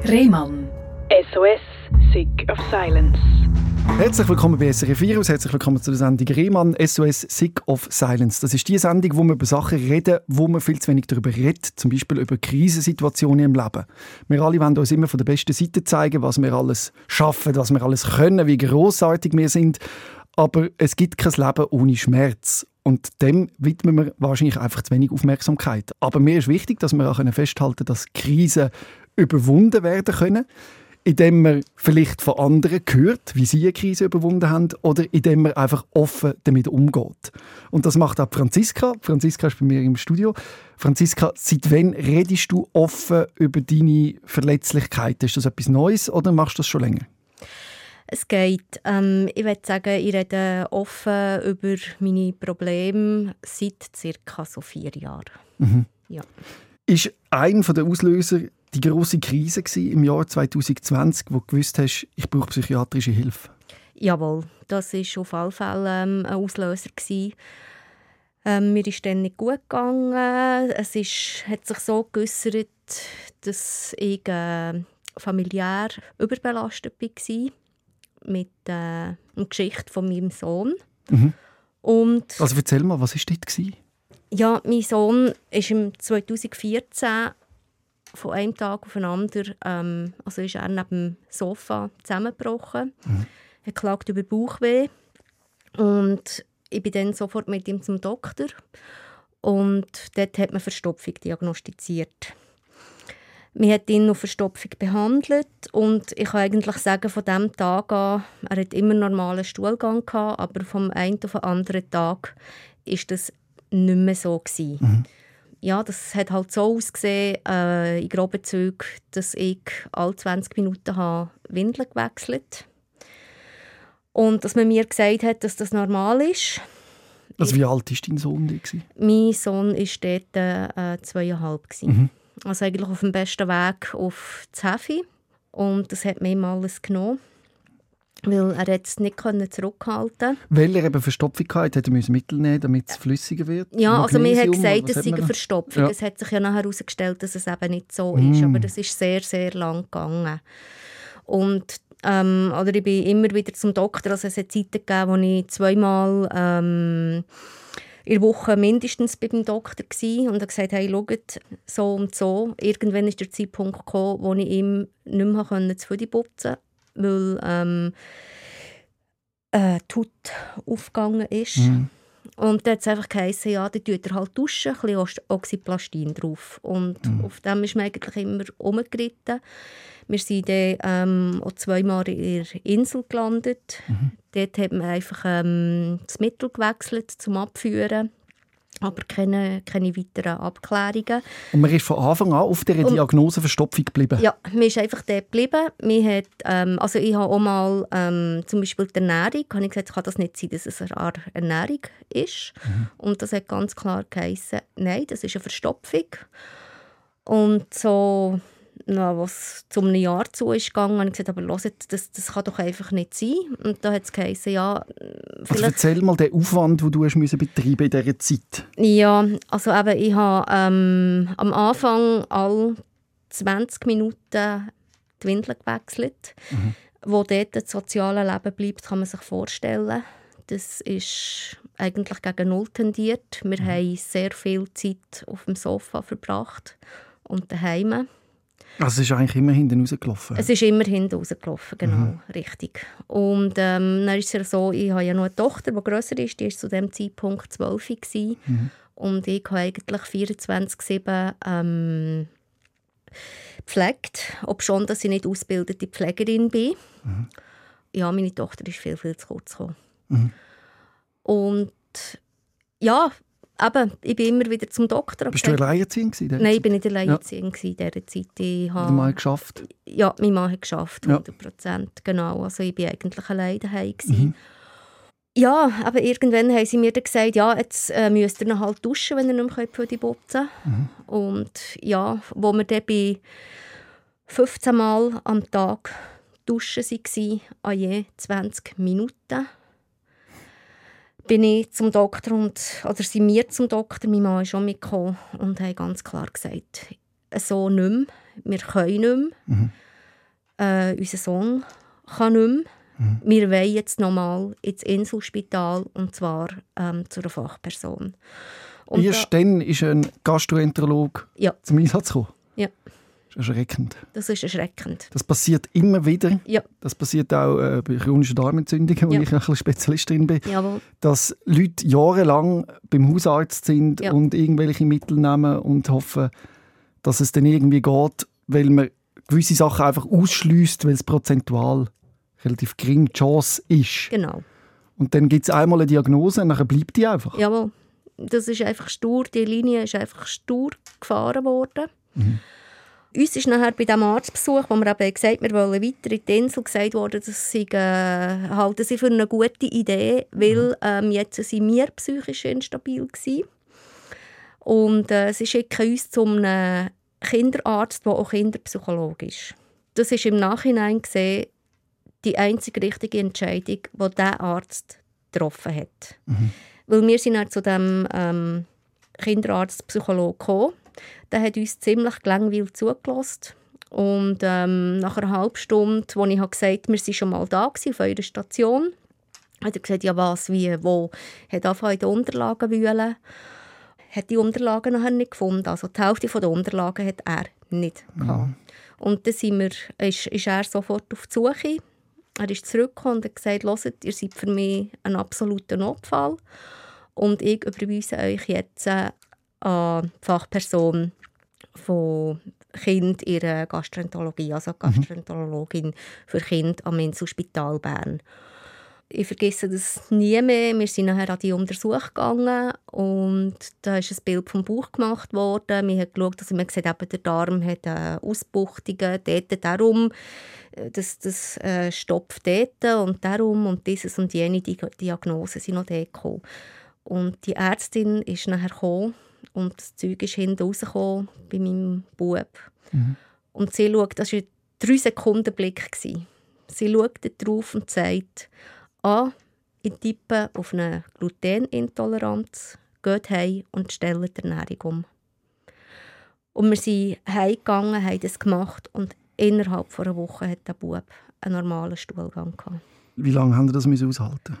Rehmann. SOS, Sick of Silence. Herzlich willkommen bei SRF Virus, herzlich willkommen zu der Sendung Rehmann, SOS Sick of Silence. Das ist die Sendung, wo wir über Sachen reden, wo man viel zu wenig darüber redet, zum Beispiel über Krisensituationen im Leben. Wir alle wollen uns immer von der besten Seite zeigen, was wir alles schaffen, was wir alles können, wie grossartig wir sind. Aber es gibt kein Leben ohne Schmerz. Und dem widmen wir wahrscheinlich einfach zu wenig Aufmerksamkeit. Aber mir ist wichtig, dass wir auch festhalten können, dass Krisen überwunden werden können, indem man vielleicht von anderen hört, wie sie eine Krise überwunden haben, oder indem man einfach offen damit umgeht. Und das macht auch Franziska. Franziska ist bei mir im Studio. Franziska, seit wann redest du offen über deine Verletzlichkeit? Ist das etwas Neues oder machst du das schon länger? Es geht. Ich würde sagen, ich rede offen über meine Probleme seit ca. so 4 Jahren. Mhm. Ja. Ist einer der Auslöser die grosse Krise im Jahr 2020, wo du gewusst hast, ich brauche psychiatrische Hilfe? Jawohl, das war auf alle Fälle ein Auslöser. Mir ist dann nicht gut gegangen. Es hat sich so geäussert, dass ich familiär überbelastet war mit der Geschichte von meinem Sohn. Mhm. Und also erzähl mal, was war dort? Ja, mein Sohn ist im 2014 von einem Tag auf den anderen, ist er neben dem Sofa zusammengebrochen. Er hat geklagt über Bauchweh. Und ich bin dann sofort mit ihm zum Doktor. Und dort hat man Verstopfung diagnostiziert. Man hat ihn auf Verstopfung behandelt. Und ich kann eigentlich sagen, von diesem Tag an, er hat immer einen normalen Stuhlgang gehabt, aber vom einen auf den anderen Tag war das nicht mehr so gewesen. Mhm. Ja, das hat halt so ausgesehen, in groben Zügen, dass ich alle 20 Minuten Windeln gewechselt habe. Und dass man mir gesagt hat, dass das normal ist. Also wie alt war dein Sohn? Mein Sohn war dort 2,5. Mhm. Also eigentlich auf dem besten Weg auf das Hefi. Und das hat mir ihm alles genommen. Weil er es nicht zurückhalten konnte. Weil er eben Verstopfung hatte, hätte er Mittel nehmen, damit es flüssiger wird? Ja, also mir hat Magnesium, gesagt, es sei eine Verstopfung. Ja. Es hat sich ja nachher herausgestellt, dass es eben nicht so ist. Aber das ist sehr, sehr lang gegangen. Und ich bin immer wieder zum Doktor. Also es hat Zeiten gegeben, wo ich 2-mal in der Woche mindestens beim Doktor war und er gesagt, hey, schaut, so und so. Irgendwann ist der Zeitpunkt gekommen, wo ich ihm nicht mehr zu Füdi putzen konnte, weil die Haut aufgegangen ist. Mhm. Und dann hat es einfach geheißen, ja, dann tut er halt duschen, ein bisschen Oxyplastin drauf. Und auf dem ist man eigentlich immer rumgeritten. Wir sind dann auch 2-mal in der Insel gelandet. Mhm. Dort hat man einfach das Mittel gewechselt zum Abführen. Aber keine weiteren Abklärungen. Und man ist von Anfang an auf dieser Diagnose Verstopfung geblieben? Ja, man ist einfach dort geblieben. Ich habe auch mal zum Beispiel die Ernährung, habe ich gesagt, kann das nicht sein, dass es eine Art Ernährung ist. Mhm. Und das hat ganz klar geheißen, nein, das ist eine Verstopfung. Und so, was zu einem Jahr zu ist gegangen, habe ich gesagt, aber hört, das kann doch einfach nicht sein. Und da hat es geheißen, ja, also erzähl mal den Aufwand, den du betreiben in dieser Zeit. Ja, also eben, ich habe am Anfang alle 20 Minuten die Windeln gewechselt. Mhm. Wo dort das soziale Leben bleibt, kann man sich vorstellen. Das ist eigentlich gegen null tendiert. Wir haben sehr viel Zeit auf dem Sofa verbracht und daheim. Also es ist eigentlich immer hinten rausgelaufen? Es ist immer hinten rausgelaufen, genau, richtig. Und dann ist es ja so, ich habe ja noch eine Tochter, die grösser ist, die war zu diesem Zeitpunkt 12 gewesen. Mhm. Und ich habe eigentlich 24/7 gepflegt, obschon dass ich nicht ausgebildete Pflegerin bin. Mhm. Ja, meine Tochter ist viel, viel zu kurz gekommen. Mhm. Und ja, aber ich bin immer wieder zum Doktor. Bist du alleinerziehend? Nein, ich bin nicht alleinerziehend in dieser Zeit. Dein Mann hat geschafft? Ja, mein Mann hat geschafft, 100%. Genau, also ich war eigentlich allein daheim. Mhm. Ja, aber irgendwann haben sie mir dann gesagt, ja, jetzt müsst ihr noch halt duschen, wenn ihr nicht mehr Pfödi putzen könnt. Mhm. Und ja, wo wir dann bei 15 Mal am Tag duschen waren, an je 20 Minuten, bin ich zum Doktor sind wir zum Doktor, mein Mann ist schon mitgekommen und haben ganz klar gesagt, so nicht mehr, wir können nicht mehr. Mhm. unser Sohn kann nicht mehr. Wir wollen jetzt nochmal ins Inselspital, und zwar zu einer Fachperson. Und erst dann ist ein Gastroenterolog zum Einsatz gekommen? Ja. Das ist erschreckend. Das ist erschreckend. Das passiert immer wieder. Ja. Das passiert auch bei chronischen Darmentzündungen, wo ich ein bisschen Spezialist drin bin. Jawohl. Dass Leute jahrelang beim Hausarzt sind und irgendwelche Mittel nehmen und hoffen, dass es dann irgendwie geht, weil man gewisse Sachen einfach ausschliesst, weil es prozentual relativ gering die Chance ist. Genau. Und dann gibt es einmal eine Diagnose und dann bleibt die einfach. Jawohl. Das ist einfach stur, die Linie ist einfach stur gefahren worden. Uns ist nachher bei diesem Arztbesuch, wo wir eben gesagt haben, wir wollen weiter in die Insel, gesagt worden, das sei, halten sie für eine gute Idee, weil jetzt sind wir psychisch instabil gewesen. Und sie schicken uns zu einem Kinderarzt, der auch Kinderpsychologe ist. Das ist im Nachhinein gesehen die einzige richtige Entscheidung, die dieser Arzt getroffen hat. Weil wir sind dann zu diesem Kinderarzt-Psychologe gekommen. Der hat uns ziemlich gelangweilt zugelassen. Und nach einer halben Stunde, als ich gesagt habe, wir waren schon mal da auf eurer Station, hat er gesagt, ja was, wie, wo. Hat angefangen in den Unterlagen zu wühlen. Hat die Unterlagen nachher nicht gefunden. Also die Hälfte der Unterlagen hat er nicht gehabt. Und dann ist er sofort auf die Suche. Er ist zurückgekommen und hat gesagt, hört, ihr seid für mich ein absoluter Notfall. Und ich überweise euch jetzt an die Fachperson von Kind in der Gastroenterologie, also Gastroenterologin für Kinder am Inselspital Bern. Ich vergesse das nie mehr. Wir sind nachher an die Untersuchung gegangen und da ist ein Bild vom Bauch gemacht worden. Wir haben geschaut, also man sieht eben, der Darm hat Ausbuchtungen, dort darum, das stopft dort und darum und dieses und jene Diagnosen sind noch dort gekommen. Und die Ärztin ist nachher gekommen und das Zeug ist hinten rausgekommen bei meinem Bub. Und sie schaut, das war ein 3-Sekunden-Blick. Sie schaut drauf und sagt, ich tippe auf eine Glutenintoleranz, geht heim und stelle die Ernährung um. Und wir sind heimgegangen, haben das gemacht und innerhalb von einer Woche hat der Bub einen normalen Stuhlgang gehabt. Wie lange haben Sie das aushalten?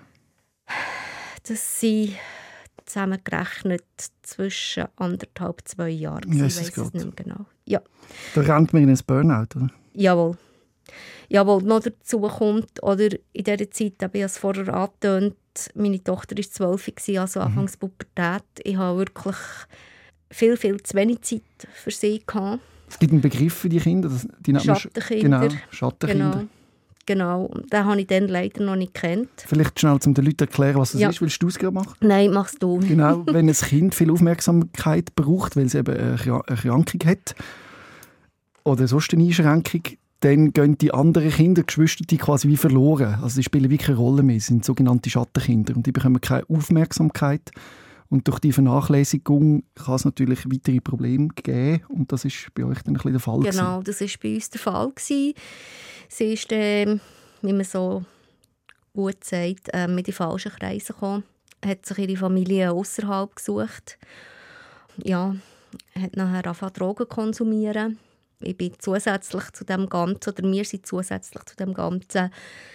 Das sind zusammengerechnet zwischen 1,5-2 Jahren. Ich weiss es nicht mehr genau. Ja. Da rennt man in ein Burnout, oder? Jawohl. Jawohl, noch dazu kommt, oder in dieser Zeit, habe ich es vorher angetönt, meine Tochter war 12, also Anfangs Pubertät. Ich habe wirklich viel zu wenig Zeit für sie gehabt. Es gibt einen Begriff für die Kinder, die Schattenkinder. Genau, Schattenkinder. Genau, den habe ich dann leider noch nicht gekannt. Vielleicht schnell, um den Leuten zu erklären, was das ist. Willst du es gerade machen? Nein, machst du. Genau, wenn ein Kind viel Aufmerksamkeit braucht, weil es eben eine Erkrankung hat oder sonst eine Einschränkung, dann gehen die anderen Kinder, Geschwister, die quasi wie verloren. Also die spielen wirklich keine Rolle mehr, sind sogenannte Schattenkinder und die bekommen keine Aufmerksamkeit. Und durch die Vernachlässigung kann es natürlich weitere Probleme geben und das ist bei euch dann ein bisschen der Fall. Genau, das war bei uns der Fall. Sie ist, wie man so gut sagt, mit den falschen Kreisen gekommen, hat sich ihre Familie außerhalb gesucht, ja, hat nachher angefangen Drogen konsumieren. Ich bin zusätzlich zu dem Ganzen, oder wir sind zusätzlich zu dem Ganzen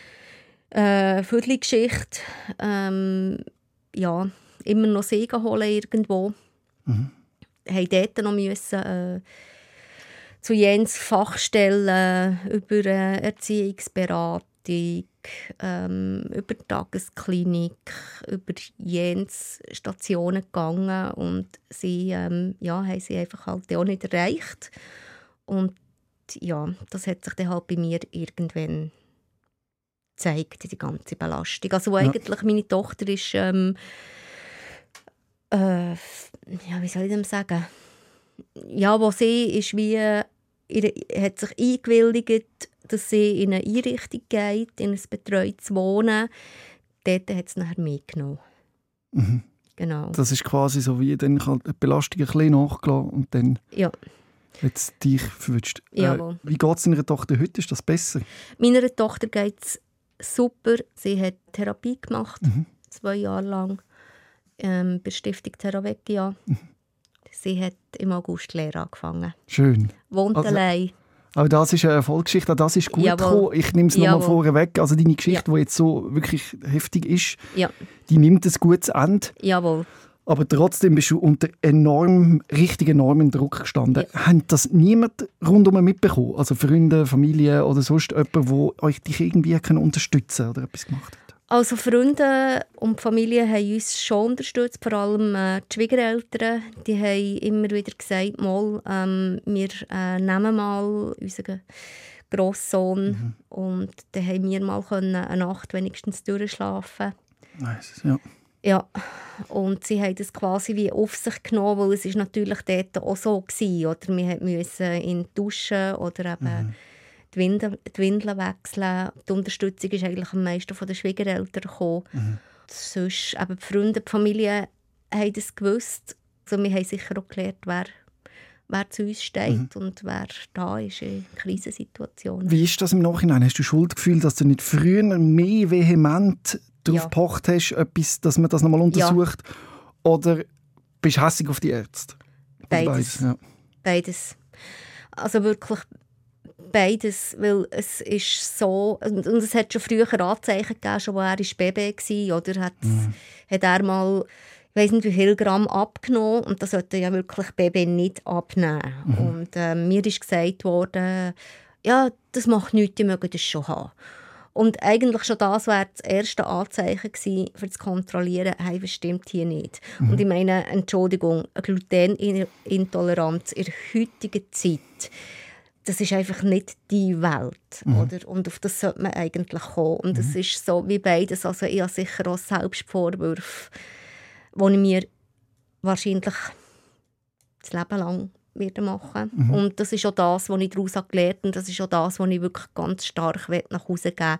Viertelgeschichte, ja, immer noch Segen holen irgendwo. Haben dort noch müssen, zu Jens Fachstellen über Erziehungsberatung, über die Tagesklinik, über Jens Stationen gegangen und sie haben sie einfach halt auch nicht erreicht. Und ja, das hat sich dann halt bei mir irgendwann gezeigt, die ganze Belastung. Also eigentlich meine Tochter ist, wie soll ich dem sagen? Ja, wo sie ist wie, hat sich eingewilligt, dass sie in eine Einrichtung geht, in ein betreutes Wohnen. Dort hat es nachher mitgenommen. Genau. Das ist quasi so wie, dann kann die Belastung ein bisschen nachgelassen und dann hat es dich verwünscht. Wie geht es deiner Tochter heute? Ist das besser? Meiner Tochter geht es super. Sie hat Therapie gemacht, 2 Jahre lang, bei der Stiftung Theravecchia. Sie hat im August Lehre angefangen. Schön. Wohnt allein. Aber das ist eine Erfolgsgeschichte, das ist gut gekommen. Ich nehme es nochmal vorher weg. Also deine Geschichte, die jetzt so wirklich heftig ist, die nimmt ein gutes Ende. Jawohl. Aber trotzdem bist du unter richtig enormen Druck gestanden. Ja. Hat das niemand rundum mitbekommen? Also Freunde, Familie oder sonst jemand, der euch dich irgendwie unterstützen oder etwas gemacht hat? Also Freunde und Familie haben uns schon unterstützt, vor allem die Schwiegereltern. Die haben immer wieder gesagt, wir nehmen mal unseren Grosssohn und dann haben wir mal eine Nacht wenigstens durchschlafen. Nice, ja. Ja, und sie haben das quasi wie auf sich genommen, weil es ist natürlich dort auch so war. Oder wir mussten ihn duschen oder eben die Windeln wechseln. Die Unterstützung ist eigentlich am meisten von den Schwiegereltern gekommen. Sonst eben die Freunde, die Familie haben das gewusst. Also wir haben sicher auch gelernt, wer zu uns steht und wer da ist in Krisensituationen. Wie ist das im Nachhinein? Hast du Schuldgefühl, dass du nicht früher mehr vehement darauf gepocht hast, dass man das nochmal untersucht? Ja. Oder bist du hässig auf die Ärzte? Beides. Ja. Beides. Also wirklich beides, weil es ist so, und es hat schon früher Anzeichen gegeben, schon als er Baby war, oder hat er mal, ich weiss nicht wie viel Gramm abgenommen, und das sollte ja wirklich Baby nicht abnehmen. Und mir ist gesagt worden, ja, das macht nichts, die mögen das schon haben. Und eigentlich schon das wäre das erste Anzeichen gewesen, für zu kontrollieren, hey, was stimmt hier nicht. Und ich meine, Entschuldigung, eine Glutenintoleranz in der heutigen Zeit, das ist einfach nicht die Welt. Oder? Und auf das sollte man eigentlich kommen. Und es ist so wie beides. Also ich habe sicher auch Selbstvorwürfe, die ich mir wahrscheinlich das Leben lang machen. Und das ist auch das, was ich daraus gelernt habe. Und das ist auch das, was ich wirklich ganz stark nach Hause geben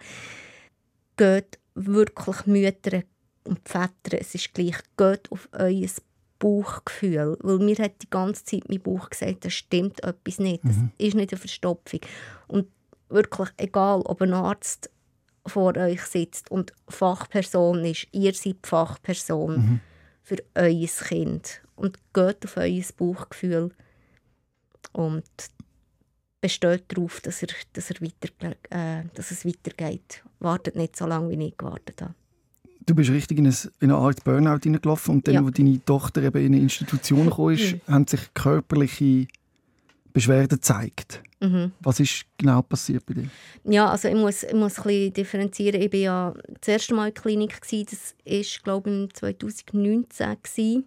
will. Geht wirklich Mütter und Väter, es ist gleich, geht auf euer Bauchgefühl. Weil mir hat die ganze Zeit mein Bauch gesagt, das stimmt etwas nicht. Das ist nicht eine Verstopfung. Und wirklich, egal ob ein Arzt vor euch sitzt und Fachperson ist, ihr seid die Fachperson für euer Kind. Und geht auf euer Bauchgefühl und besteht darauf, dass es weitergeht. Wartet nicht so lange, wie ich gewartet habe. Du bist richtig in eine Art Burnout hineingelaufen und dann, als deine Tochter eben in eine Institution kam, haben sich körperliche Beschwerden gezeigt. Was ist genau passiert bei dir? Ja, also ich muss ein bisschen differenzieren. Ich war ja das erste Mal in der Klinik. Das war, glaube ich, 2019.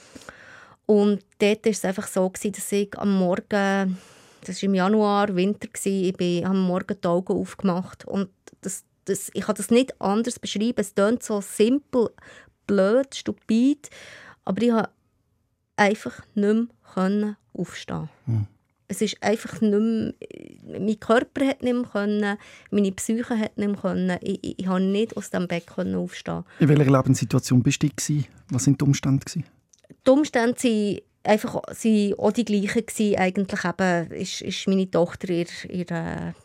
Und dort war es einfach so, dass ich am Morgen, das war im Januar, Winter, ich habe am Morgen die Augen aufgemacht. Und ich kann das nicht anders beschreiben. Es klingt so simpel, blöd, stupid, aber ich konnte einfach nicht mehr aufstehen. Es ist einfach nicht mehr, mein Körper hat nicht mehr können, meine Psyche hat nicht mehr können. Ich konnte nicht aus dem Bett aufstehen. In welcher Lebenssituation bist du? Was waren die Umstände? Die Umstände waren auch die gleichen. Eigentlich eben ist meine Tochter in ihrer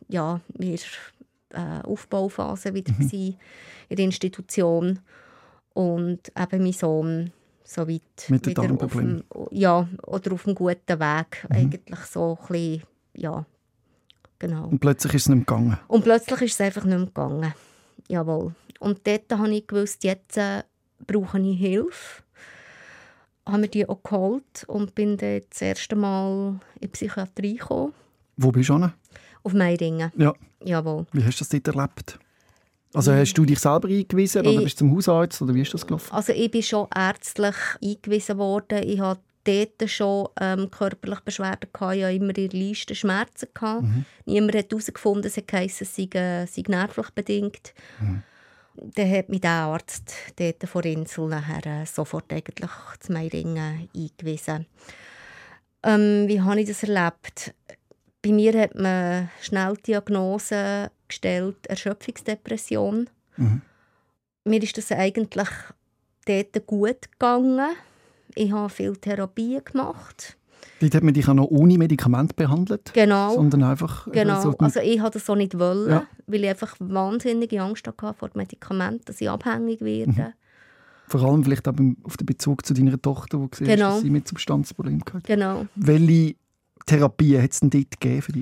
Aufbauphase wieder in der Institution. Und eben mein Sohn so weit mit dem Darmproblem. Oder auf einem guten Weg. Eigentlich so ein bisschen, ja, genau. Und plötzlich ist es nicht mehr gegangen? Und plötzlich ist es einfach nicht mehr gegangen. Jawohl. Und dort habe ich gewusst, jetzt brauche ich Hilfe. Habe mir die auch geholt und bin dann das erste Mal in die Psychiatrie gekommen. Wo bist du hin? Auf Meiringen. Ja. Jawohl. Wie hast du das dort erlebt? Also hast du dich selber eingewiesen oder bist du zum Hausarzt? Oder wie ist das gelaufen? Also ich bin schon ärztlich eingewiesen worden. Ich hatte dort schon körperliche Beschwerden gehabt. Ich hatte immer in der Liste Schmerzen gehabt. Niemand hat herausgefunden, es sei nervlich bedingt. Dann hat mich der Arzt dort von Insel nachher sofort eigentlich zu Meiringen eingewiesen. Wie habe ich das erlebt? Bei mir hat man schnell die Diagnose gestellt, Erschöpfungsdepression. Mir ist das eigentlich dort gut gegangen. Ich habe viele Therapien gemacht. Dort hat man dich auch noch ohne Medikament behandelt? Genau. Sondern einfach... Genau. Also ich wollte das so nicht wollen, weil ich einfach wahnsinnige Angst hatte vor den Medikamenten, dass ich abhängig werde. Vor allem vielleicht auch auf den Bezug zu deiner Tochter, wo du siehst, dass sie mit Substanzproblemen hat. Genau. Welche Therapien hat es denn dort gegeben für dich?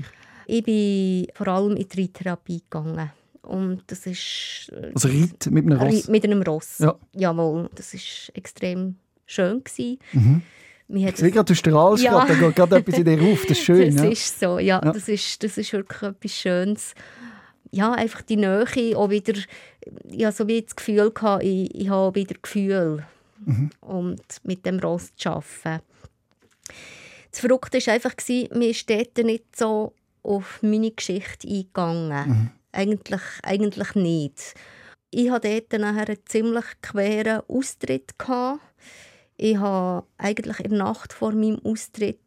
Ich bin vor allem in die Reittherapie gegangen. Und das ist... Also Reit mit einem Ross? Mit einem Ross, ja. Jawohl. Das war extrem schön. Mhm. Ich sehe gerade, du strahlst gerade, da geht gerade etwas in dir auf. Das ist schön. Das ist so, ja. Das ist wirklich etwas Schönes. Ja, einfach die Nähe, auch wieder, ja, so wie das Gefühl hatte, ich habe wieder Gefühl, und mit dem Ross zu arbeiten. Das Verrückte war einfach, mir ist dort nicht so auf meine Geschichte eingegangen. Eigentlich nicht. Ich hatte dort nachher einen ziemlich queren Austritt. Ich habe eigentlich in der Nacht vor meinem Austritt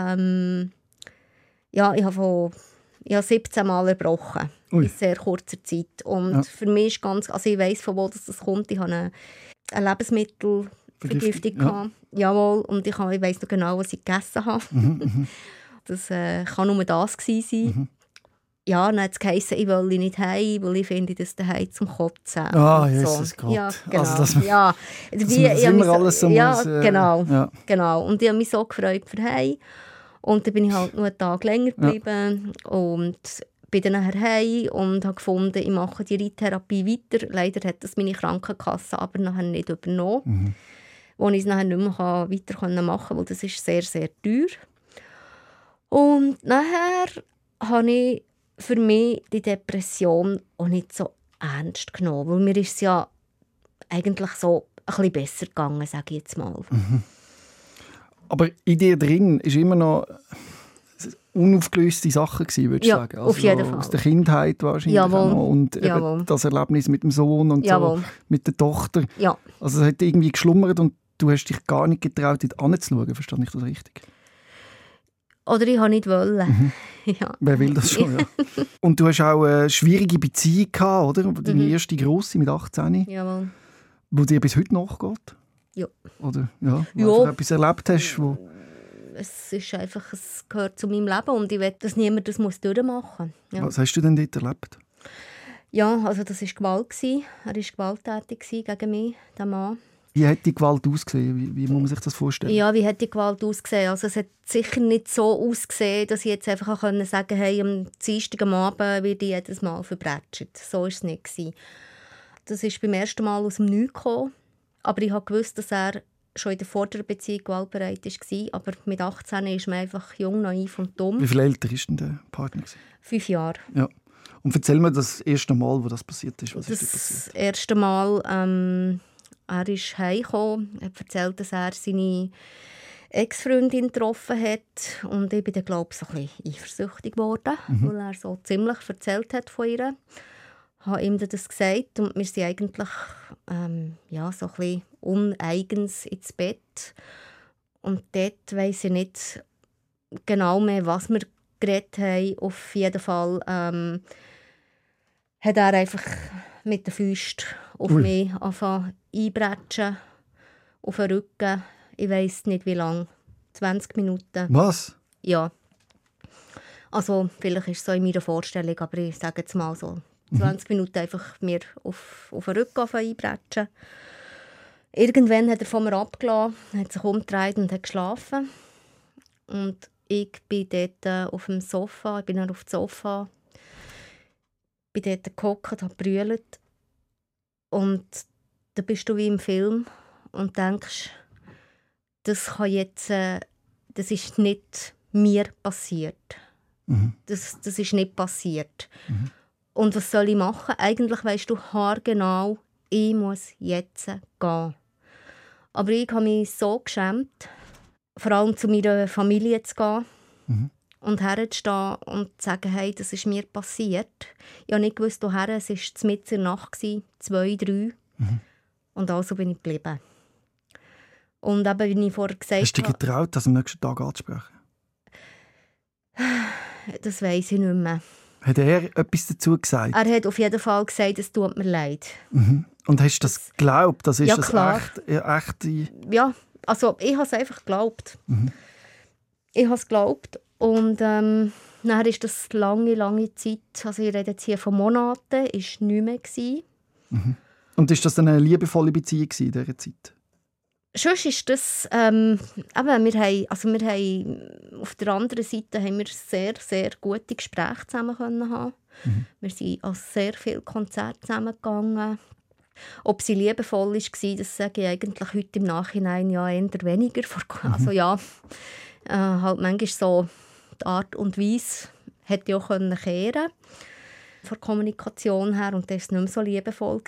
ich habe 17 Mal erbrochen. In sehr kurzer Zeit. Und für mich ist ganz... Also ich weiss, von wo das kommt. Ich hatte eine Lebensmittelvergiftung. Ja. Jawohl. Und ich weiss noch genau, was ich gegessen habe. Das kann nur das gewesen sein. Ja, dann hat es geheißen, ich will nicht heim, weil ich finde, das daheim zum Kotzen. Ah, Jesus Gott. Ja, genau. Also, dass man immer alles so ja, muss, genau. Und ich habe mich so gefreut für heim. Und dann bin ich halt nur einen Tag länger geblieben und bin dann nachher heim und habe gefunden, ich mache die Reittherapie weiter. Leider hat das meine Krankenkasse aber nachher nicht übernommen, wo ich es nachher nicht mehr weiter machen konnte, weil das ist sehr, sehr teuer. Und nachher habe ich für mich die Depression auch nicht so ernst genommen, weil mir ist es ja eigentlich so ein bisschen besser gegangen, sage ich jetzt mal. Aber in dir drin ist immer noch unaufgelöste Sachen gewesen, würde ich sagen. Also auf jeden Fall. Aus der Kindheit wahrscheinlich auch noch. Und eben das Erlebnis mit dem Sohn und so, mit der Tochter. Ja. Also es hat irgendwie geschlummert und du hast dich gar nicht getraut, dort hinzuschauen. Verstehe ich das richtig? Oder ich wollte nicht wollen. Ja. Wer will das schon, ja. Und du hast auch eine schwierige Beziehung gehabt, oder? Deine erste grosse mit 18. Jawohl. Wo dir bis heute nachgeht? Ja. Oder wo du etwas erlebt hast? Wo es ist einfach, es gehört zu meinem Leben und ich will, dass niemand das durchmachen muss. Ja. Was hast du denn dort erlebt? Ja, also das war Gewalt. Er war gewalttätig gegen mich, der Mann. Wie hat die Gewalt ausgesehen? Wie muss man sich das vorstellen? Ja, wie hat die Gewalt ausgesehen? Also es hat sicher nicht so ausgesehen, dass ich jetzt einfach sagen konnte, hey, am Dienstag am Abend werde ich jedes Mal verbrätscht. So war es nicht. Das ist beim ersten Mal aus dem Nichts gekommen. Aber ich wusste, dass er schon in der vorderen Beziehung gewaltbereit war. Aber mit 18 ist man einfach jung, naiv und dumm. Wie viel älter war denn der Partner? 5 Jahre. Ja. Und erzähl mir das erste Mal, wo das passiert ist. Was ist das passiert? Erste Mal, er ist heimgekommen, hat erzählt, dass er seine Ex-Freundin getroffen hat. Und ich bin dann, glaube ich, so ein bisschen eifersüchtig geworden, weil er so ziemlich erzählt hat von ihr. Ich habe ihm das gesagt und wir sind eigentlich so ein bisschen uneigens ins Bett. Und dort weiss ich nicht genau mehr, was wir geredet haben. Auf jeden Fall hat er einfach mit den Füßen auf mich angefangen einbretschen, auf den Rücken. Ich weiss nicht wie lange. 20 Minuten. Was? Ja. Also vielleicht ist es so in meiner Vorstellung, aber ich sage jetzt mal so. 20 Minuten einfach mir auf den Rücken einbretschen. Irgendwann hat er von mir abgelassen, hat sich umgedreht und hat geschlafen. Und ich bin dort auf dem Sofa, ich bin dann auf dem Sofa, bin dort gehockt, habe gebrüllt. Und dann bist du wie im Film und denkst, das kann jetzt, das ist nicht mir passiert. Das ist nicht passiert. Und was soll ich machen? Eigentlich weisst du haargenau, ich muss jetzt gehen. Aber ich habe mich so geschämt, vor allem zu meiner Familie zu gehen und herzustehen und zu sagen, hey, das ist mir passiert. Ich habe nicht gewusst, woher. Es war mitten in der Nacht, 2, 3. Und also bin ich geblieben. Und eben, wie ich vorher gesagt habe... Hast du dich getraut, das am nächsten Tag anzusprechen? Das weiss ich nicht mehr. Hat er etwas dazu gesagt? Er hat auf jeden Fall gesagt, es tut mir leid. Und hast du das geglaubt? Das ist ja, das klar. Echte? Ja, also ich habe es einfach geglaubt. Ich habe es geglaubt. Und dann ist das lange Zeit, also ich rede jetzt hier von Monaten, war nicht mehr. Und ist das dann eine liebevolle Beziehung in dieser Zeit? Sonst ist das, wir haben auf der anderen Seite haben wir sehr, sehr gute Gespräche zusammen haben. Wir sind an sehr viele Konzerte zusammengegangen. Ob sie liebevoll war, das sage ich eigentlich heute im Nachhinein ja eher weniger. Also ja, halt manchmal so die Art und Weise hätte ja auch kehren können, von der Kommunikation her, und das war nicht mehr so liebevoll.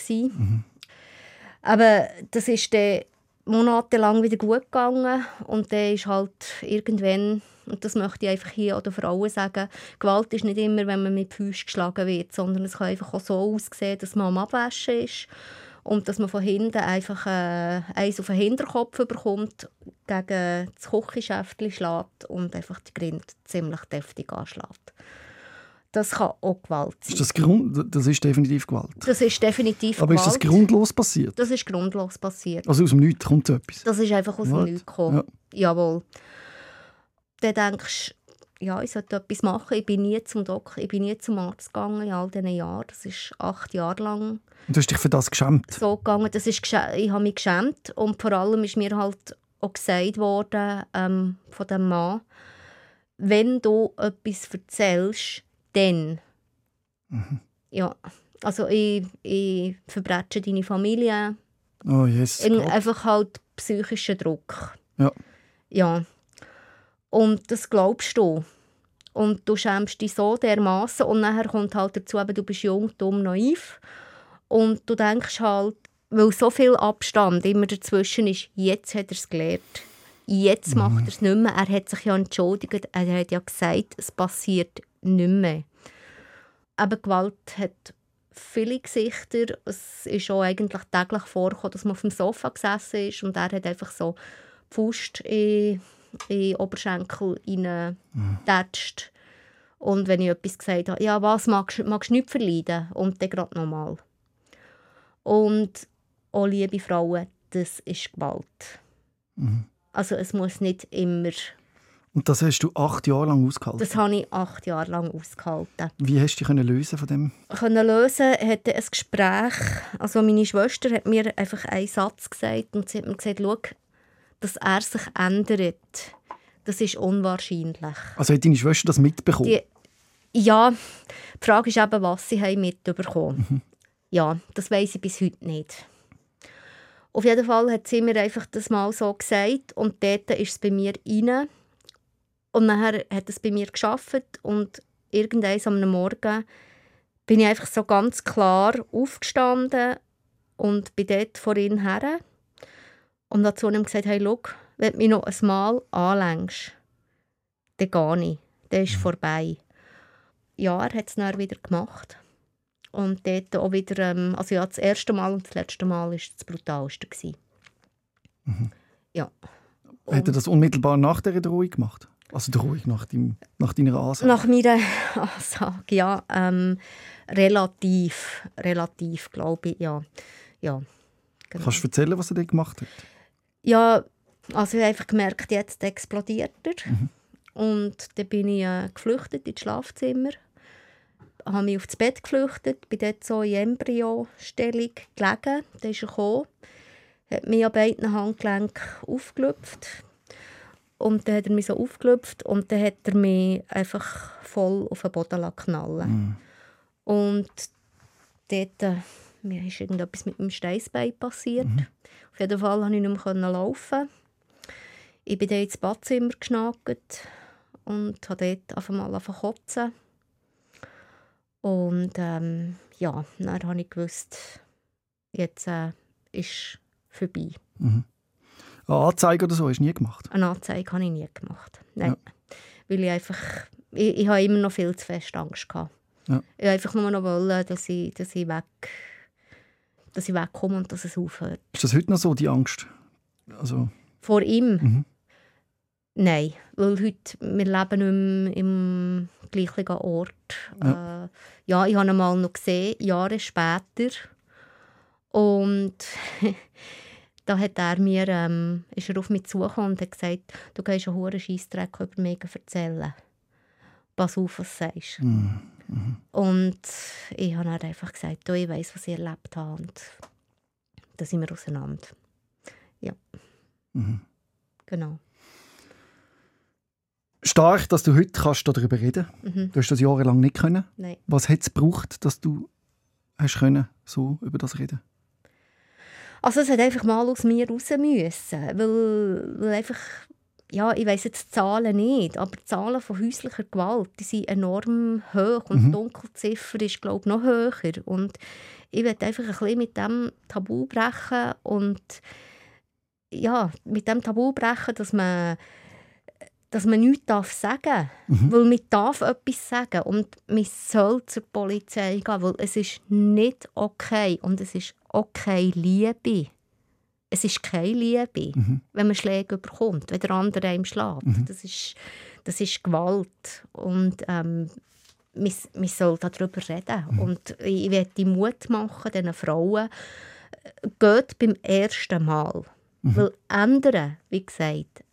Aber das ist dann monatelang wieder gut gegangen und dann ist halt irgendwann, und das möchte ich einfach hier an den Frauen sagen, Gewalt ist nicht immer, wenn man mit Füßen geschlagen wird, sondern es kann einfach auch so aussehen, dass man am Abwaschen ist und dass man von hinten einfach eins auf den Hinterkopf bekommt, gegen das Küchenschäftchen schlägt und einfach die Grinde ziemlich deftig anschlägt. Das kann auch Gewalt sein. Das ist definitiv Gewalt? Das ist definitiv Aber Gewalt. Ist das grundlos passiert? Das ist grundlos passiert. Also aus dem Nichts kommt so etwas? Das ist einfach aus dem Nichts gekommen. Ja. Jawohl. Dann denkst du, ja, ich sollte etwas machen. Ich bin nie zum Arzt gegangen in all diesen Jahren. Das ist 8 Jahre lang. Und du hast dich für das geschämt? So gegangen. Ich habe mich geschämt. Und vor allem ist mir halt auch gesagt worden von dem Mann, wenn du etwas erzählst, dann. Ja, also ich verbretsche deine Familie. Oh yes. Einfach halt psychischen Druck. Ja. Ja. Und das glaubst du. Und du schämst dich so dermassen. Und nachher kommt halt dazu, du bist jung, dumm, naiv. Und du denkst halt, weil so viel Abstand immer dazwischen ist, jetzt hat er es gelernt. Jetzt macht er es nicht mehr. Er hat sich ja entschuldigt. Er hat ja gesagt, es passiert nicht mehr. Aber Gewalt hat viele Gesichter. Es ist auch eigentlich täglich vorgekommen, dass man auf dem Sofa gesessen ist und er hat einfach so die Faust in den Oberschenkel reingetatscht. Und wenn ich etwas gesagt habe, ja, was magst du nicht verleiden? Und dann gerade nochmal. Und auch, liebe Frauen, das ist Gewalt. Also es muss nicht immer... Und das hast du 8 Jahre lang ausgehalten? Das habe ich 8 Jahre lang ausgehalten. Wie hast du dich lösen von dem? Lösen hatte ein Gespräch. Also meine Schwester hat mir einfach einen Satz gesagt und sie hat mir gesagt, schau, dass er sich ändert, das ist unwahrscheinlich. Also hat deine Schwester das mitbekommen? Ja, die Frage ist eben, was sie mitbekommen. Ja, das weiss ich bis heute nicht. Auf jeden Fall hat sie mir einfach das mal so gesagt und dort ist es bei mir rein. Und nachher hat es bei mir gearbeitet und irgendwann am Morgen bin ich einfach so ganz klar aufgestanden und bin dort vor ihm her und habe zu ihm gesagt, hey, schau, wenn du mich noch einmal anlängst, dann gehe ich, dann ist es vorbei. Ja, er hat es dann wieder gemacht. Und dort auch wieder, also ja, das erste Mal und das letzte Mal war das brutalste. Ja. Hat er das unmittelbar nach der Drohung gemacht? Also Drohung nach deiner Ansage? Nach meiner Ansage, ja. Relativ, glaube ich, ja. Ja, genau. Kannst du erzählen, was er dort gemacht hat? Ja, also ich habe einfach gemerkt, jetzt explodiert er. Und dann bin ich geflüchtet ins Schlafzimmer. Habe mich aufs Bett geflüchtet, bin dort so in Embryo-Stellung gelegen. Dann ist er gekommen, hat mich an beiden Handgelenken aufgelöpft. Und dann hat er mich so aufgelöpft und dann hat er mich einfach voll auf den Boden knallen. Und dort mir ist irgendetwas mit dem Steißbein passiert. Auf jeden Fall konnte ich nicht mehr laufen. Ich bin dann ins Badzimmer geschnackt und habe dort auf einmal kotzen. Und ja, dann habe ich gewusst, jetzt ist vorbei. Eine Anzeige oder so hast du nie gemacht? Eine Anzeige habe ich nie gemacht. Nein. Ja. Weil ich einfach... Ich habe immer noch viel zu fest Angst gehabt. Ja. Ich wollte einfach nur noch wollen, dass ich wegkomme und dass es aufhört. Ist das heute noch so, die Angst? Also... Vor ihm? Nein, weil heute, wir leben nicht mehr im gleichen Ort. Ja. Ja, ich habe ihn mal noch gesehen, Jahre später. Und da hat er mir, ist er auf mich zugekommen und hat gesagt, du gehst einen hohen Scheissdreck über mich erzählen. Pass auf, was du sagst. Und ich habe dann einfach gesagt, ich weiss, was ich erlebt habe. Und da sind wir auseinander. Ja. Genau. Stark, dass du heute darüber reden kannst. Du hast das jahrelang nicht können. Nein. Was hat es gebraucht, dass du hast können, so über das reden? Also es hat einfach mal aus mir raus müssen, weil einfach, ja, ich weiss jetzt die Zahlen nicht, aber die Zahlen von häuslicher Gewalt, die sind enorm hoch und die Dunkelziffer ist, glaube ich, noch höher. Und ich will einfach ein bisschen mit dem Tabu brechen und ja, mit dem Tabu brechen, dass man nichts sagen darf. Weil man darf etwas sagen und man soll zur Polizei gehen, weil es ist nicht okay und es ist auch keine Liebe. Es ist keine Liebe, wenn man Schläge bekommt, wenn der andere einem schlägt. Das ist Gewalt und man soll darüber reden. Und ich möchte Mut machen, diesen Frauen, geht beim ersten Mal. Weil ändern, wie gesagt,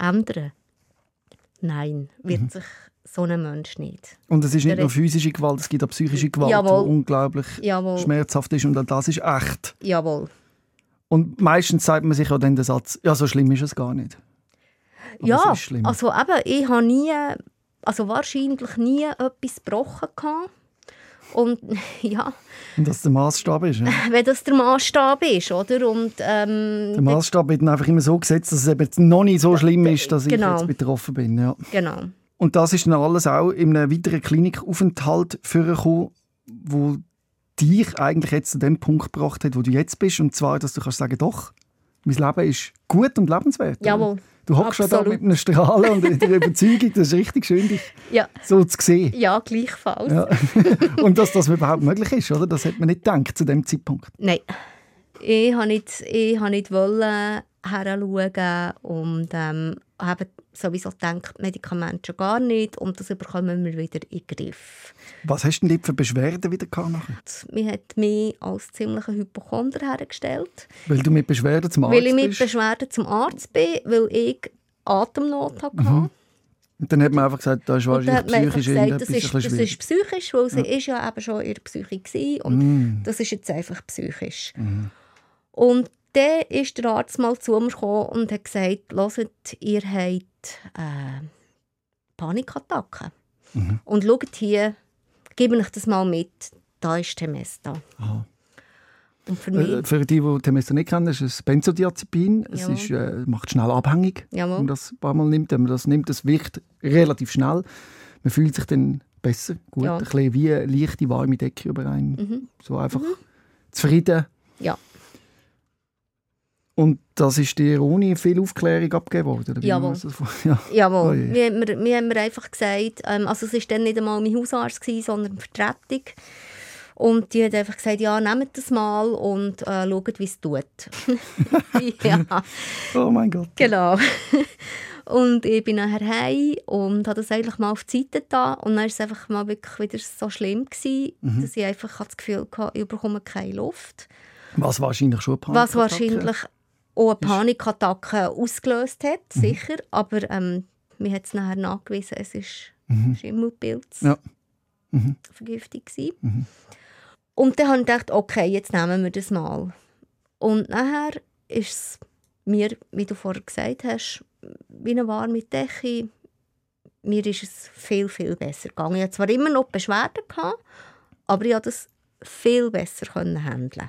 nein, wird sich so ein Mensch nicht. Und es ist nicht nur physische Gewalt, es gibt auch psychische Gewalt, die unglaublich schmerzhaft ist. Und das ist echt. Jawohl. Und meistens sagt man sich auch dann den Satz, ja, so schlimm ist es gar nicht. Aber ja, es ist schlimm. Also eben, ich habe wahrscheinlich nie etwas gebrochen gehabt. Und ja. Und dass der Massstab ist. Ja. Wenn das der Massstab ist, oder? Und, der Massstab wird dann einfach immer so gesetzt, dass es eben noch nicht so schlimm ist, dass ich jetzt betroffen bin. Ja. Genau. Und das ist dann alles auch in einem weiteren Klinikaufenthalt vorgekommen, wo dich eigentlich jetzt zu dem Punkt gebracht hat, wo du jetzt bist. Und zwar, dass du kannst sagen, doch, mein Leben ist gut und lebenswert. Jawohl. Du hockst schon da mit einem Strahlen und in der Überzeugung, das ist richtig schön, dich so zu sehen. Ja, gleichfalls. Ja. Und dass das überhaupt möglich ist, oder? Das hätte man nicht gedacht zu dem Zeitpunkt. Nein. Ich wollte nicht heranschauen und habe sowieso gedacht, Medikamente schon gar nicht und das bekommen wir wieder in den Griff. Was hast du denn für Beschwerden wieder gehabt? Man hat mich als ziemlicher Hypochonder hergestellt. Weil du mit Beschwerden zum Arzt bist? Weil ich mit Beschwerden zum Arzt bin, weil ich Atemnot hatte. Und dann hat man einfach gesagt, das ist wahrscheinlich psychisch irgendetwas das ist psychisch, weil sie ist ja eben schon in der Psyche war und das ist jetzt einfach psychisch. Und dann ist der Arzt mal zu mir gekommen und hat gesagt, hört, ihr habt Panikattacken. Und schaut hier, gebe ich das mal mit, da ist Temesta. Aha. Und für die Temesta nicht kennen, ist es Benzodiazepin. Es ist, macht schnell abhängig, wenn man das ein paar Mal nimmt. Wenn man das nimmt, das wirkt relativ schnell. Man fühlt sich dann besser, gut, ein bisschen wie eine leichte, warme Decke über einen. So einfach zufrieden. Ja. Und das ist dir ohne viel Aufklärung abgegeben worden? Oder Jawohl. Jawohl. Oh, wir haben mir einfach gesagt, also es war dann nicht einmal mein Hausarzt, sondern eine Vertretung. Und die hat einfach gesagt, ja, nehmt das mal und schaut, wie es tut. Ja. Oh mein Gott. Genau. Und ich bin nachher heim und habe das eigentlich mal auf die Seite getan. Und dann war es einfach mal wirklich wieder so schlimm gewesen, dass ich einfach das Gefühl hatte, ich bekomme keine Luft. Was wahrscheinlich schon eine Panikattacke? Was wahrscheinlich auch eine Panikattacke ausgelöst hat, sicher. Aber mir hat es nachher nachgewiesen, es war Schimmelpilz. Ja. Vergiftung gewesen. Und dann habe ich gedacht, okay, jetzt nehmen wir das mal. Und nachher ist es mir, wie du vorher gesagt hast, wie eine warme Decke. Mir ist es viel, viel besser gegangen. Ich hatte zwar immer noch Beschwerden, aber ich konnte das viel besser handeln.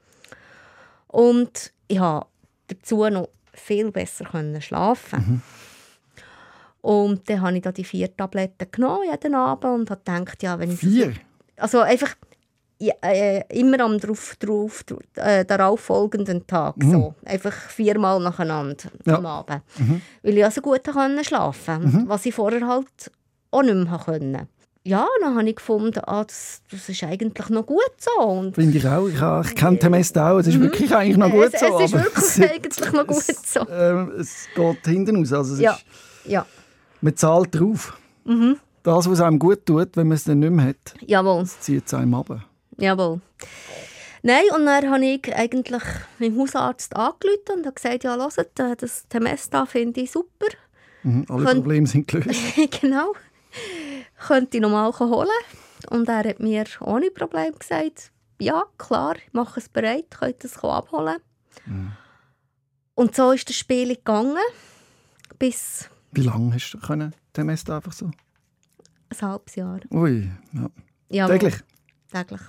Und ich konnte dazu noch viel besser schlafen. Und dann habe ich da die 4 Tabletten genommen jeden Abend und habe gedacht, ja, wenn ich... 4? Also einfach immer am darauf folgenden Tag. So. Einfach 4-mal nacheinander am Abend. Weil ich also gut schlafen konnte, was ich vorher halt auch nicht mehr konnte. Ja, dann habe ich gefunden, das ist eigentlich noch gut so. Finde ich auch. Ich kenne Temesta auch. Es ist wirklich eigentlich noch gut so. Es ist wirklich eigentlich noch gut so. Es geht hinten raus. Also ja. Man zahlt drauf. Das, was einem gut tut, wenn man es dann nicht mehr hat, das zieht es einem ab. Jawohl. Nein, und dann habe ich eigentlich meinem Hausarzt angerufen und habe gesagt, ja, hört, das Temesta finde ich super. Alle Probleme sind gelöst. Genau. Könnte ich noch mal holen. Und er hat mir ohne Problem gesagt, ja, klar, ich mache es bereit, könnt ihr es abholen. Und so ist das Spiel gegangen, bis... Wie lange hast du Temesta einfach so? Ein halbes Jahr. Ui, ja. Jawohl. Täglich? Täglich.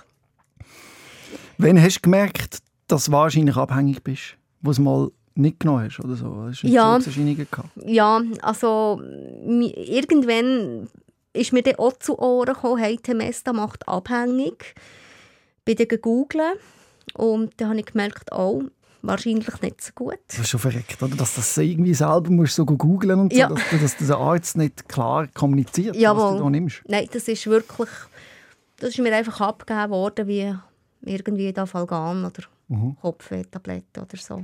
Wann hast du gemerkt, dass du wahrscheinlich abhängig bist? Wo du es mal nicht genommen hast oder so? Hast du Entzugserscheinungen gehabt? Ja, also irgendwann ist mir dann auch zu Ohren gekommen, hey, Temesta macht abhängig. Bin dann gegoogelt und dann habe ich gemerkt, oh, wahrscheinlich nicht so gut. Das ist schon verreckt, oder? Dass du das irgendwie selber musst so googeln und so, Ja. dass der Arzt nicht klar kommuniziert, Jawohl. was du da nimmst. Nein, das ist wirklich, das ist mir einfach abgegeben worden, wie irgendwie Dafalgan oder Kopfwehtabletten oder so.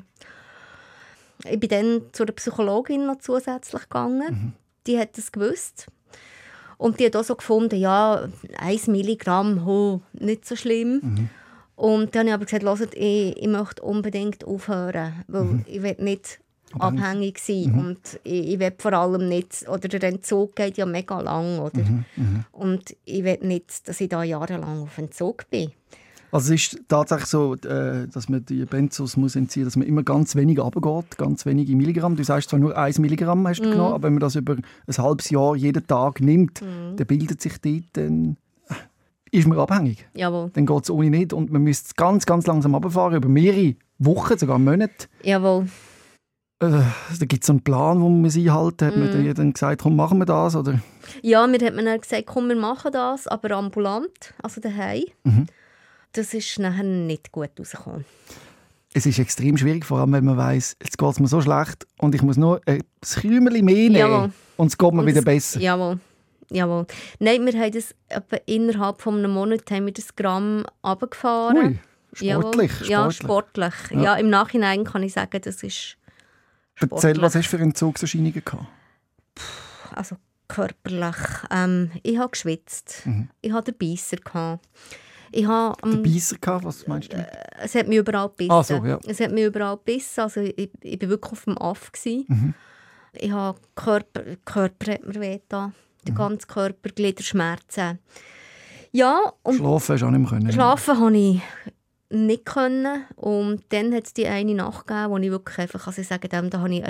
Ich bin dann zu einer Psychologin noch zusätzlich gegangen. Die hat das gewusst. Und die hat auch so gefunden, ja, 1 Milligramm, nicht so schlimm. Und dann habe ich aber gesagt, hört, ich möchte unbedingt aufhören, weil ich will nicht abhängig sein. Und ich will vor allem nicht, oder der Entzug geht ja mega lang, oder? Und ich will nicht, dass ich da jahrelang auf Entzug bin. Also es ist tatsächlich so, dass man die Benzos muss entziehen muss, dass man immer ganz wenig runtergeht, ganz wenige Milligramm. Du sagst zwar nur 1 Milligramm hast du genommen, aber wenn man das über ein halbes Jahr jeden Tag nimmt, dann bildet sich dort, dann ist man abhängig. Jawohl. Dann geht es ohne nicht und man müsste es ganz, ganz langsam runterfahren, über mehrere Wochen, sogar Monate. Jawohl. Da gibt es so einen Plan, den man einhalten muss. Hat man dann gesagt, komm, machen wir das? Oder? Ja, mir hat man dann gesagt, komm, wir machen das, aber ambulant, also daheim. Das ist nachher nicht gut rausgekommen. Es ist extrem schwierig, vor allem wenn man weiss, jetzt geht es mir so schlecht und ich muss nur ein Krümeli mehr nehmen. Jawohl. Und es geht mir wieder besser. Jawohl. Jawohl. Nein, wir haben das etwa innerhalb von einem Monat haben wir das Gramm runtergefahren. Ui, sportlich. Jawohl. Ja, sportlich. Ja, im Nachhinein kann ich sagen, das ist sportlich. Erzähl, was hast du für Entzugserscheinungen gehabt? Also körperlich. Ich habe geschwitzt. Ich hatte den Beisser gehabt. Den Beisser gehabt? Was meinst du? Es hat mich überall gebissen. Ah, so, ja. Es hat mich überall gebissen. Also ich war wirklich auf dem Aff. Ich habe Körper hat mir wehgetan. Der ganze Körper, Gliederschmerzen. Ja, und Schlafen hast du auch nicht mehr können? Schlafen konnte ich nicht können. Und dann hat es die eine Nacht gegeben, wo ich wirklich einfach, also ich sage dem, da hatte ich eine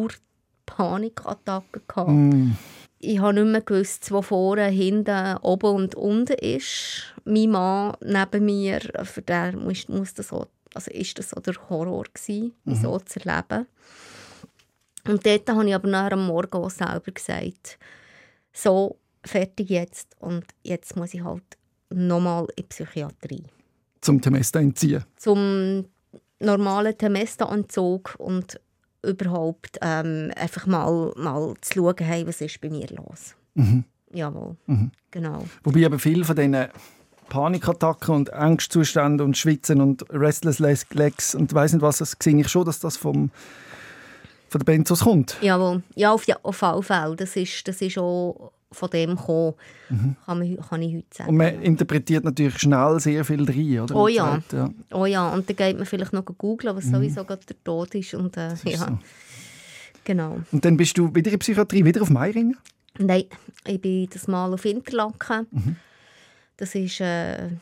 Panikattacke gehabt. Ich habe nicht mehr gewusst, wo vorne, hinten, oben und unten ist. Mein Mann neben mir, für den muss das so, also ist das so der Horror gewesen, so zu erleben. Und dort habe ich aber nachher am Morgen auch selber gesagt, so, fertig jetzt. Und jetzt muss ich halt nochmal in die Psychiatrie. Zum Temesta entziehen? Zum normalen Temesta-Entzug und überhaupt einfach mal zu schauen, hey, was ist bei mir los. Jawohl, genau. Wobei aber viele von diesen Panikattacken und Angstzuständen und Schwitzen und Restless Legs und weiss nicht was, das sehe ich schon, dass das von den Benzos kommt. Jawohl, ja, auf alle Fälle. Das ist auch von dem gekommen, kann ich heute sagen. Und man interpretiert natürlich schnell sehr viel rein, oder? Oh ja. Sagt, ja. Oh ja, und dann geht man vielleicht noch googeln, was sowieso gerade der Tod ist. Und, ist ja. so. Genau. Und dann bist du wieder in der Psychiatrie, wieder auf Meiringen? Nein, ich bin das Mal auf Interlaken. Das ist eine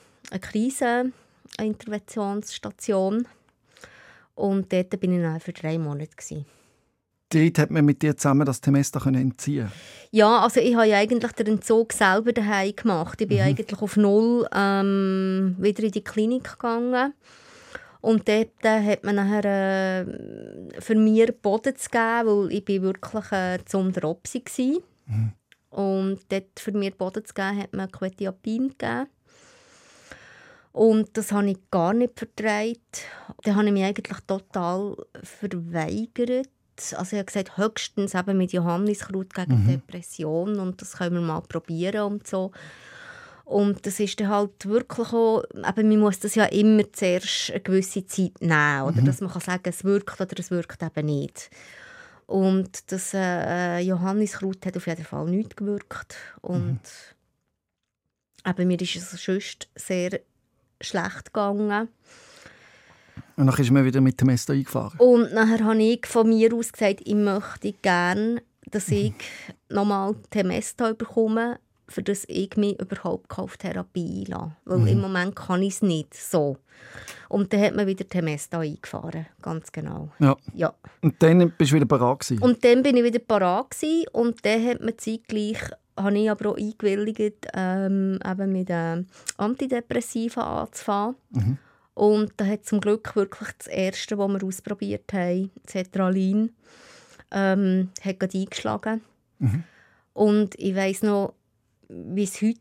Kriseninterventionsstation. Und dort bin ich dann für 3 Monate gewesen. Dort hat man mit dir zusammen das Temesta entziehen. Ja, also ich habe ja eigentlich den Entzug selber daheim gemacht. Ich bin eigentlich auf Null wieder in die Klinik gegangen. Und dort hat man nachher für mich Boden zu geben, weil ich bin wirklich zu unter Opsi war. Und dort für mich Boden zu geben, hat man Quetiapin gegeben. Und das habe ich gar nicht vertreibt. Da habe ich mich eigentlich total verweigert. Also ich habe gesagt, höchstens eben mit Johanniskraut gegen Depression und das können wir mal probieren und so. Und das ist dann halt wirklich auch, eben, man muss das ja immer zuerst eine gewisse Zeit nehmen, oder dass man kann sagen, es wirkt oder es wirkt eben nicht. Und das Johanniskraut hat auf jeden Fall nichts gewirkt. Und eben, mir ist es sonst sehr schlecht gegangen. Und dann ist man wieder mit Temesta eingefahren. Und nachher habe ich von mir aus gesagt, ich möchte gerne, dass ich nochmal Temesta bekomme, für das ich mich überhaupt auf Therapie einlasse. Weil im Moment kann ich es nicht so. Und dann hat man wieder Temesta eingefahren, ganz genau. Ja. Und dann bist du wieder parat gewesen? Und dann bin ich wieder parat gewesen. Und dann hat man zeitgleich, habe ich aber auch eingewilligt, eben mit Antidepressiva anzufangen. Und da hat zum Glück wirklich das Erste, was wir ausprobiert haben, Cetralin, hat gerade eingeschlagen. Und ich weiss noch, wie es heute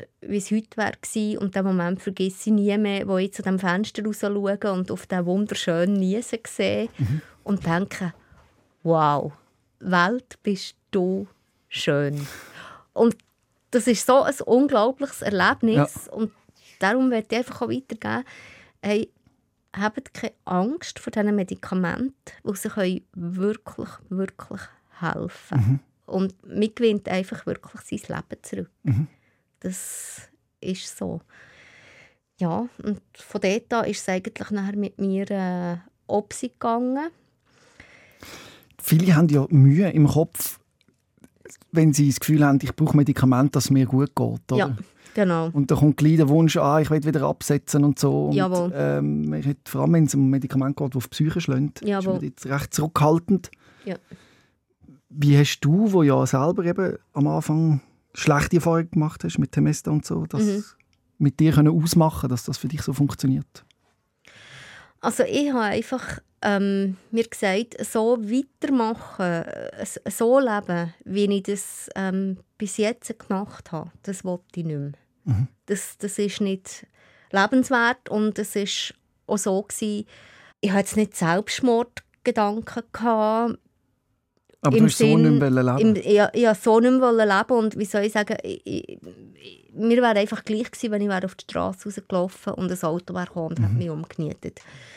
war. Und den Moment vergesse ich nie mehr, wo ich zu dem Fenster raus schaue und auf diesen wunderschönen Niesen sehe und denke, wow, Welt, bist du schön. Und das ist so ein unglaubliches Erlebnis. Ja. Und darum möchte ich einfach auch weitergeben, hey, habt keine Angst vor diesen Medikamenten, weil sie können wirklich, wirklich helfen. Und man gewinnt einfach wirklich sein Leben zurück. Das ist so. Ja, und von dort an ist es eigentlich nachher mit mir Opsi gegangen. Viele haben ja Mühe im Kopf, wenn sie das Gefühl haben, ich brauche Medikamente, dass es mir gut geht. Oder? Ja, genau. Und da kommt gleich der Wunsch an, ich will wieder absetzen und so. Jawohl. Und, vor allem, wenn es um ein Medikament geht, das auf die Psyche schlägt, ist man jetzt recht zurückhaltend. Ja. Wie hast du, wo ja selber eben am Anfang schlechte Erfahrungen gemacht hast mit Temesta und so, das mit dir ausmachen, dass das für dich so funktioniert? Also ich habe einfach mir gesagt, so weitermachen, so leben, wie ich das bis jetzt gemacht habe, das wollte ich nicht mehr. Das ist nicht lebenswert und es war auch so gewesen, ich hatte jetzt nicht Selbstmordgedanken gehabt. Aber du hast so nicht mehr leben? Ich so nicht mehr leben und wie soll ich sagen, mir wäre einfach gleich gewesen, wenn ich auf die Straße rausgelaufen und ein Auto wäre gekommen und hat mich umgenietet.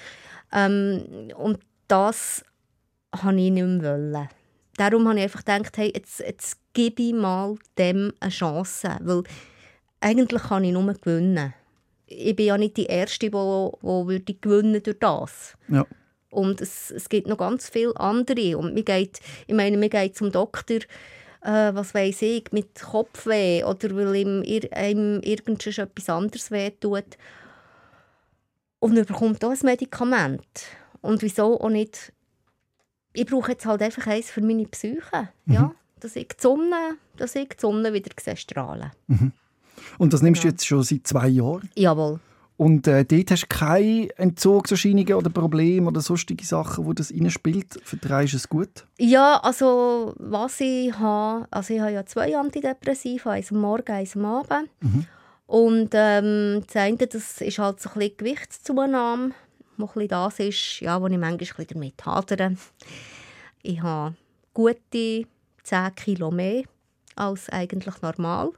Und das wollte ich nicht mehr wollen. Darum habe ich einfach gedacht, hey, jetzt gebe ich mal dem eine Chance, weil eigentlich kann ich nur gewinnen. Ich bin ja nicht die Erste, die gewinnen durch das. Ja. Und es gibt noch ganz viele andere. Und mir geht zum Doktor, was weiss ich, mit Kopfweh oder weil ihm etwas anderes wehtut. Und er bekommt auch ein Medikament. Und wieso auch nicht? Ich brauche jetzt halt einfach eins für meine Psyche. Ja? Dass ich die Sonne wieder strahlen sehe. Und das nimmst du jetzt schon seit 2 Jahren? Jawohl. Und dort hast du keine Entzugserscheinungen oder Probleme oder sonstige Sachen, wo das reinspielt? Für dich ist es gut? Ja, also was ich habe... Also ich habe ja 2 Antidepressiva, eins am Morgen, eins am Abend. Und das eine, das ist halt so ein bisschen Gewichtszunahme, wo ein bisschen das ist, ja, wo ich manchmal ein bisschen damit hadere. Ich habe gute 10 Kilo mehr als eigentlich normal.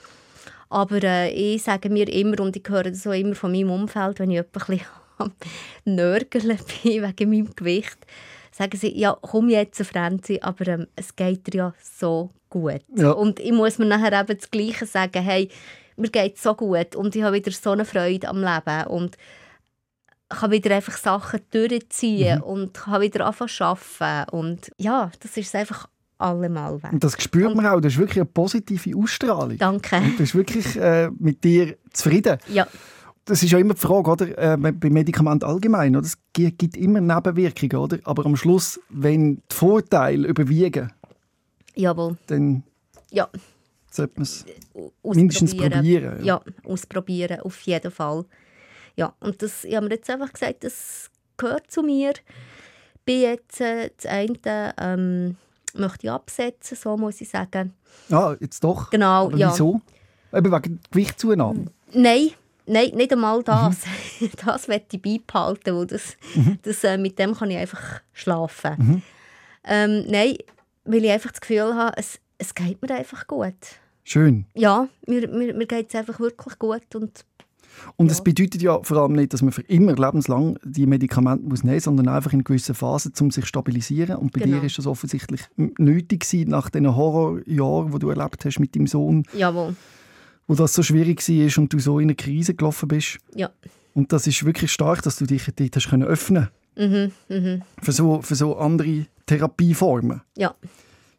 Aber ich sage mir immer, und ich höre das auch immer von meinem Umfeld, wenn ich ein bisschen am Nörgeln bin wegen meinem Gewicht, sagen sie, ja, komm jetzt, Franzi, aber es geht dir ja so gut. Ja. Und ich muss mir nachher eben das Gleiche sagen, hey, mir geht es so gut und ich habe wieder so eine Freude am Leben und kann wieder einfach Sachen durchziehen und kann wieder anfangen zu arbeiten. Und ja, das ist einfach allemal weg. Und das spürt man auch, das ist wirklich eine positive Ausstrahlung. Danke. Und du bist wirklich mit dir zufrieden. Ja. Das ist ja immer die Frage, oder? Bei Medikamenten allgemein. Oder? Es gibt immer Nebenwirkungen, oder? Aber am Schluss, wenn die Vorteile überwiegen, jawohl, dann sollte man es mindestens probieren. Ja, ausprobieren, auf jeden Fall. Ja, und ich habe mir jetzt einfach gesagt, das gehört zu mir. Ich bin jetzt das eine möchte ich absetzen, so muss ich sagen. Ah, jetzt doch? Genau, aber wieso? Eben wegen Gewichtszunahme? Nein, nicht einmal das. Das möchte ich beibehalten, weil das, mit dem kann ich einfach schlafen. Nein, weil ich einfach das Gefühl habe, es geht mir einfach gut. Schön. Ja, mir geht es einfach wirklich gut. Und es bedeutet ja vor allem nicht, dass man für immer lebenslang die Medikamente nehmen muss, sondern einfach in gewissen Phasen, um sich zu stabilisieren. Und bei dir ist das offensichtlich nötig gewesen, nach den Horrorjahren, die du erlebt hast mit deinem Sohn. Jawohl. Wo das so schwierig war und du so in eine Krise gelaufen bist. Ja. Und das ist wirklich stark, dass du dich dort hast öffnen können. Für so andere Therapieformen. Ja.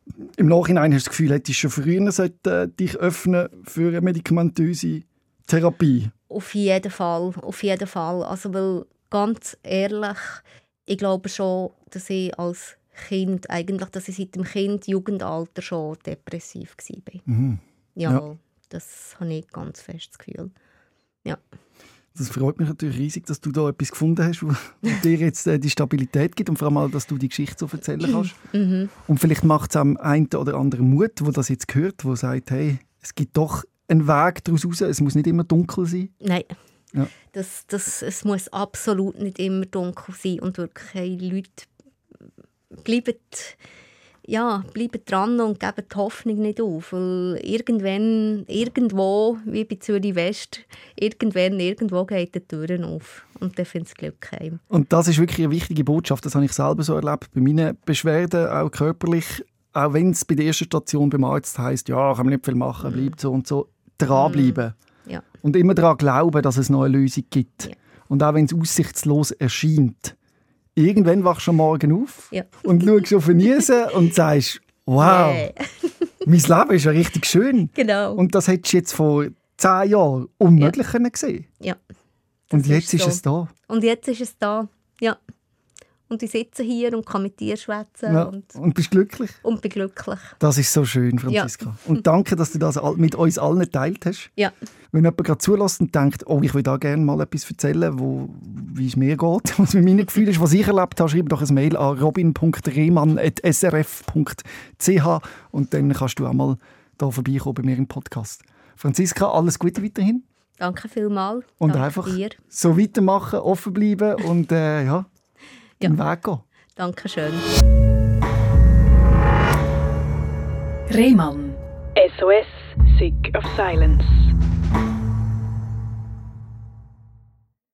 im Nachhinein hast du das Gefühl, hättest du schon früher dich öffnen für eine medikamentöse Therapie? Auf jeden Fall. Also, weil, ganz ehrlich, ich glaube schon, dass ich als Kind, dass ich seit dem Jugendalter schon depressiv war. Mhm. Ja, das habe ich ganz fest das Gefühl. Ja. Das freut mich natürlich riesig, dass du da etwas gefunden hast, wo dir jetzt die Stabilität gibt und vor allem, dass du die Geschichte so erzählen kannst. Mhm. Und vielleicht macht es am einen oder anderen Mut, der das jetzt hört, der sagt, hey, es gibt doch einen Weg daraus raus, es muss nicht immer dunkel sein. Nein, ja. Es muss absolut nicht immer dunkel sein und wirklich, hey, Leute, bleiben dran und geben die Hoffnung nicht auf. Weil irgendwo, wie bei Zürich West, irgendwo geht die Tür auf. Und dann findet das Glück heim. Und das ist wirklich eine wichtige Botschaft. Das habe ich selber so erlebt. Bei meinen Beschwerden, auch körperlich, auch wenn es bei der ersten Station beim Arzt heisst, ja, kann man nicht viel machen, bleibt so und so, dranbleiben. Ja. Und immer daran glauben, dass es noch eine Lösung gibt. Ja. Und auch wenn es aussichtslos erscheint, irgendwann wachst du am Morgen auf und schaust auf den Niesen und sagst, wow, mein Leben ist ja richtig schön. Genau. Und das hättest du jetzt vor 10 Jahren unmöglich sehen. Ja. Und jetzt ist es da. Und jetzt ist es da, ja. Und ich sitze hier und kann mit dir schwätzen. Ja. Und bist glücklich? Und bin glücklich. Das ist so schön, Franziska. Ja. Und danke, dass du das mit uns allen geteilt hast. Ja. Wenn jemand gerade zulässt und denkt, oh, ich will da gerne mal etwas erzählen, wie es mir geht, was mit meinen Gefühlen ist, was ich erlebt habe, schreib doch ein Mail an robin.rehmann@srf.ch und dann kannst du auch mal da vorbeikommen bei mir im Podcast. Franziska, alles Gute weiterhin. Danke vielmals. Und danke einfach dir. So weitermachen, offen bleiben und den Weg gehen. Dankeschön. Rehmann. SOS, Sick of Silence.